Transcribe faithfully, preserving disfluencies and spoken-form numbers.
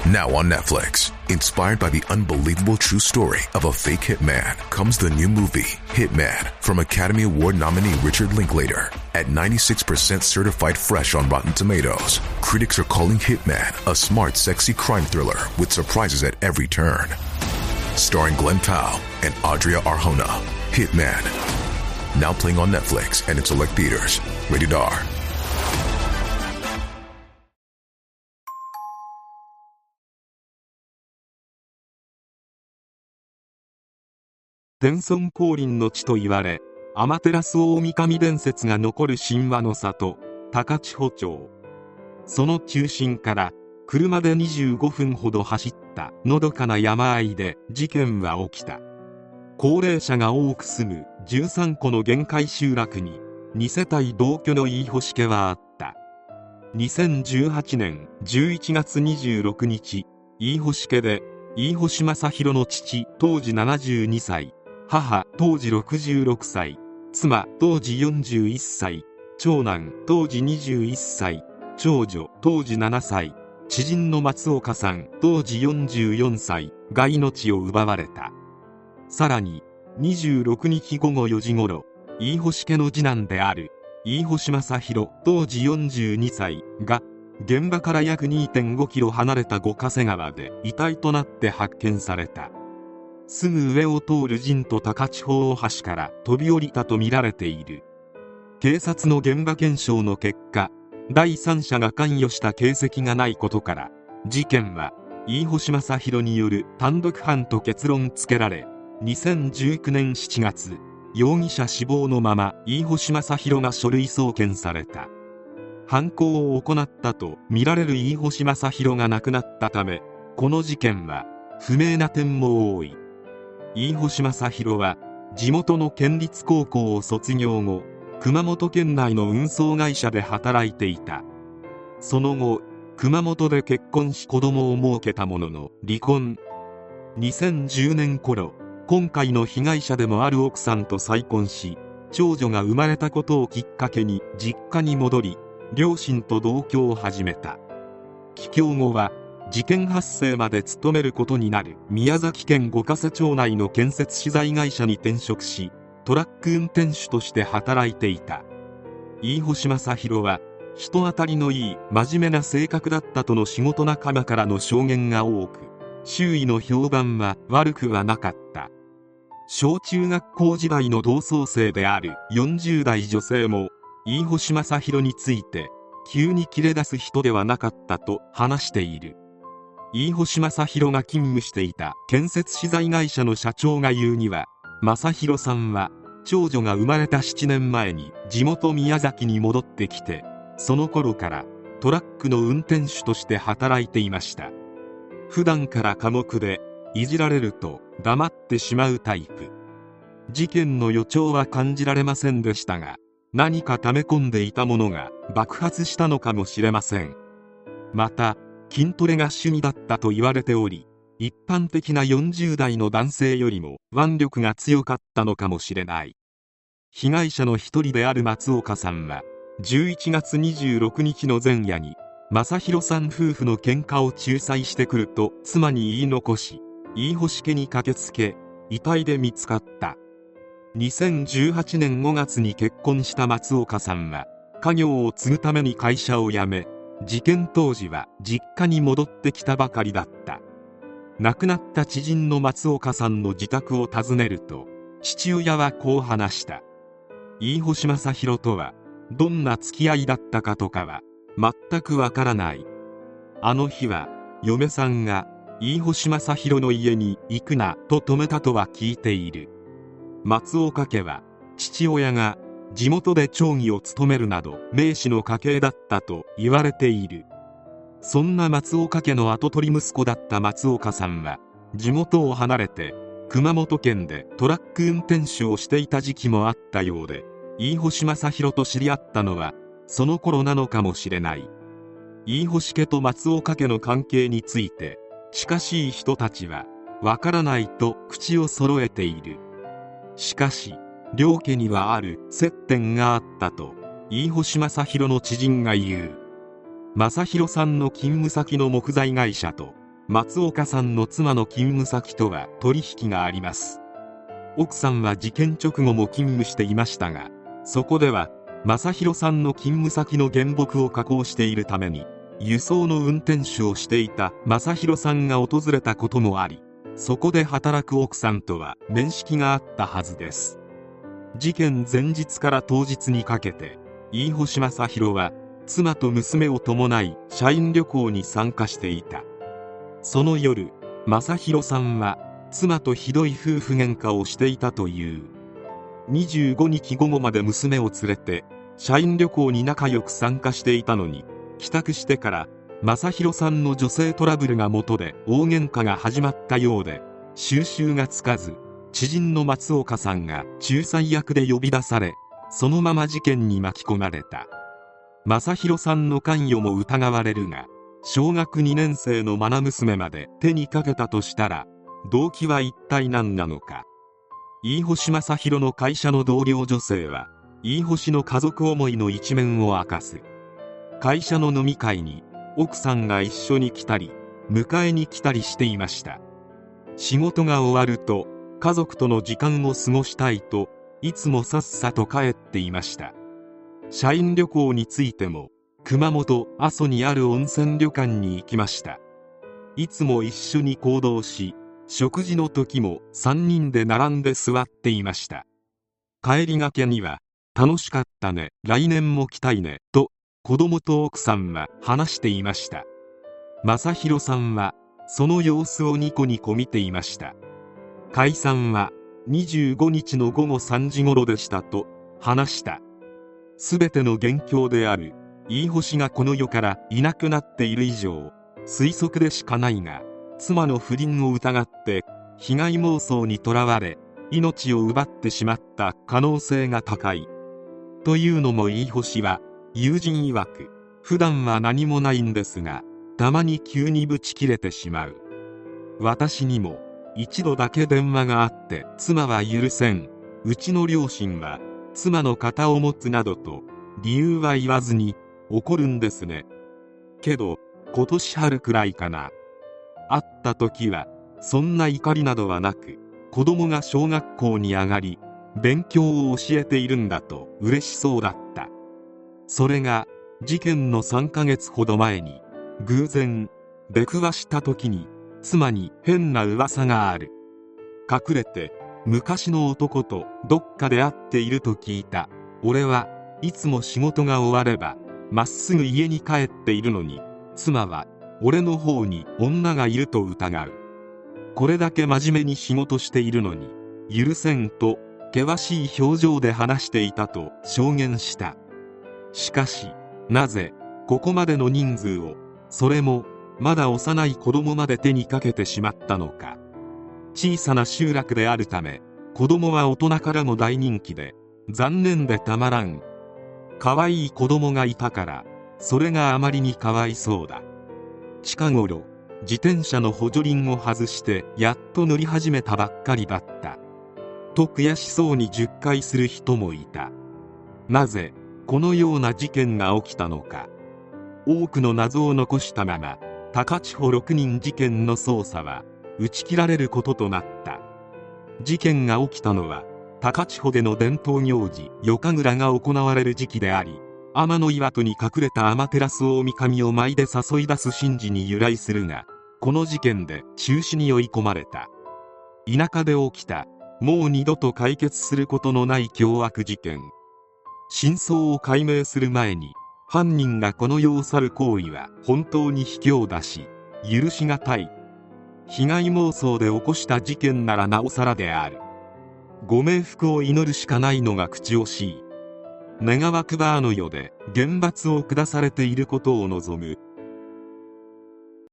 Now on Netflix, inspired by the unbelievable true story of a fake hitman, comes the new movie, Hitman, from Academy Award nominee Richard Linklater. At ninety-six percent certified fresh on Rotten Tomatoes, critics are calling Hitman a smart, sexy crime thriller with surprises at every turn. Starring Glenn Powell and Adria Arjona, Hitman. Now playing on Netflix and in select theaters. Rated R. 天孫降臨の地と言われ、天照大神伝説が残る神話の里、高千穂町。その中心から車でにじゅうごふんほど走ったのどかな山あいで事件は起きた。高齢者が多く住むじゅうさんこの限界集落にに世帯同居の飯星家はあった。にせんじゅうはちねんじゅういちがつにじゅうろくにち、飯星家で飯星正弘の父当時ななじゅうにさい、母当時ろくじゅうろくさい、妻当時よんじゅういっさい、長男当時にじゅういっさい、長女当時ななさい、知人の松岡さん当時よんじゅうよんさいが命を奪われた。さらににじゅうろくにちごごよじごろ、飯星家の次男である飯星正弘当時よんじゅうにさいが現場から約 にてんごキロ離れた五ヶ瀬川で遺体となって発見された。すぐ上を通る神都高千穂大橋から飛び降りたとみられている。警察の現場検証の結果、第三者が関与した形跡がないことから事件は飯星正弘による単独犯と結論付けられ、にせんじゅうきゅうねんしちがつ、容疑者死亡のまま飯星正弘が書類送検された。犯行を行ったとみられる飯星正弘が亡くなったため、この事件は不明な点も多い。飯星正弘は地元の県立高校を卒業後、熊本県内の運送会社で働いていた。その後、熊本で結婚し子供を設けたものの離婚。にせんじゅうねん頃、今回の被害者でもある奥さんと再婚し、長女が生まれたことをきっかけに実家に戻り、両親と同居を始めた。帰郷後は事件発生まで勤めることになる宮崎県五ヶ瀬町内の建設資材会社に転職し、トラック運転手として働いていた。飯星正弘は人当たりのいい真面目な性格だったとの仕事仲間からの証言が多く、周囲の評判は悪くはなかった。小中学校時代の同窓生であるよんじゅうだい女性も飯星正弘について急に切れ出す人ではなかったと話している。飯星正弘が勤務していた建設資材会社の社長が言うには、正弘さんは長女が生まれたななねんまえに地元宮崎に戻ってきて、その頃からトラックの運転手として働いていました。普段から寡黙で、いじられると黙ってしまうタイプ。事件の予兆は感じられませんでしたが、何か溜め込んでいたものが爆発したのかもしれません。また筋トレが趣味だったと言われており、一般的なよんじゅうだいの男性よりも腕力が強かったのかもしれない。被害者の一人である松岡さんはじゅういちがつにじゅうろくにちの前夜に正弘さん夫婦の喧嘩を仲裁してくると妻に言い残し、飯星家に駆けつけ遺体で見つかった。にせんじゅうはちねんごがつに結婚した松岡さんは家業を継ぐために会社を辞め、事件当時は実家に戻ってきたばかりだった。亡くなった知人の松岡さんの自宅を訪ねると、父親はこう話した。飯星正弘とはどんな付き合いだったかとかは全くわからない。あの日は嫁さんが飯星正弘の家に行くなと止めたとは聞いている。松岡家は父親が地元で町議を務めるなど名士の家系だったと言われている。そんな松岡家の跡取り息子だった松岡さんは地元を離れて熊本県でトラック運転手をしていた時期もあったようで、飯星正弘と知り合ったのはその頃なのかもしれない。飯星家と松岡家の関係について近しい人たちはわからないと口を揃えている。しかし両家にはある接点があったと飯星正弘の知人が言う。正弘さんの勤務先の木材会社と松岡さんの妻の勤務先とは取引があります。奥さんは事件直後も勤務していましたが、そこでは正弘さんの勤務先の原木を加工しているために輸送の運転手をしていた正弘さんが訪れたこともあり、そこで働く奥さんとは面識があったはずです。事件前日から当日にかけて飯星正弘は妻と娘を伴い社員旅行に参加していた。その夜、正弘さんは妻とひどい夫婦喧嘩をしていたという。にじゅうごにち午後まで娘を連れて社員旅行に仲良く参加していたのに、帰宅してから正弘さんの女性トラブルが元で大喧嘩が始まったようで、収拾がつかず、知人の松岡さんが仲裁役で呼び出され、そのまま事件に巻き込まれた。正弘さんの関与も疑われるが、小学にねん生の愛娘まで手にかけたとしたら、動機は一体何なのか。飯星正弘の会社の同僚女性は、飯星の家族思いの一面を明かす。会社の飲み会に奥さんが一緒に来たり迎えに来たりしていました。仕事が終わると家族との時間を過ごしたいといつもさっさと帰っていました。社員旅行についても熊本阿蘇にある温泉旅館に行きました。いつも一緒に行動し、食事の時もさんにんで並んで座っていました。帰りがけには楽しかったね、来年も来たいねと子供と奥さんは話していました。正弘さんはその様子をニコニコ見ていました。解散はにじゅうごにちの午後さんじ頃でしたと話した。すべての元凶である飯星がこの世からいなくなっている以上、推測でしかないが、妻の不倫を疑って被害妄想にとらわれ命を奪ってしまった可能性が高い。というのも飯星は友人曰く、普段は何もないんですが、たまに急にブチ切れてしまう。私にも一度だけ電話があって妻は許せん。うちの両親は妻の肩を持つなどと理由は言わずに怒るんですね。けど今年春くらいかな。会った時はそんな怒りなどはなく、子供が小学校に上がり勉強を教えているんだと嬉しそうだった。それが事件のさんかげつほど前に偶然出くわした時に妻に変な噂がある。隠れて昔の男とどっかで会っていると聞いた。俺はいつも仕事が終わればまっすぐ家に帰っているのに、妻は俺の方に女がいると疑う。これだけ真面目に仕事しているのに許せんと険しい表情で話していたと証言した。しかしなぜここまでの人数を、それもまだ幼い子供まで手にかけてしまったのか。小さな集落であるため子供は大人からも大人気で残念でたまらん。可愛い子供がいたからそれがあまりにかわいそうだ。近頃自転車の補助輪を外してやっと乗り始めたばっかりだったと悔しそうにじゅっかいする人もいた。なぜこのような事件が起きたのか。多くの謎を残したまま高千穂ろくにん事件の捜査は打ち切られることとなった。事件が起きたのは高千穂での伝統行事夜神楽が行われる時期であり、天の岩戸に隠れた天照大神を舞で誘い出す神事に由来するが、この事件で中止に追い込まれた。田舎で起きたもう二度と解決することのない凶悪事件。真相を解明する前に犯人がこの世を去る行為は本当に卑怯だし許しがたい。被害妄想で起こした事件ならなおさらである。ご冥福を祈るしかないのが口惜しい。願わくばあの世で厳罰を下されていることを望む。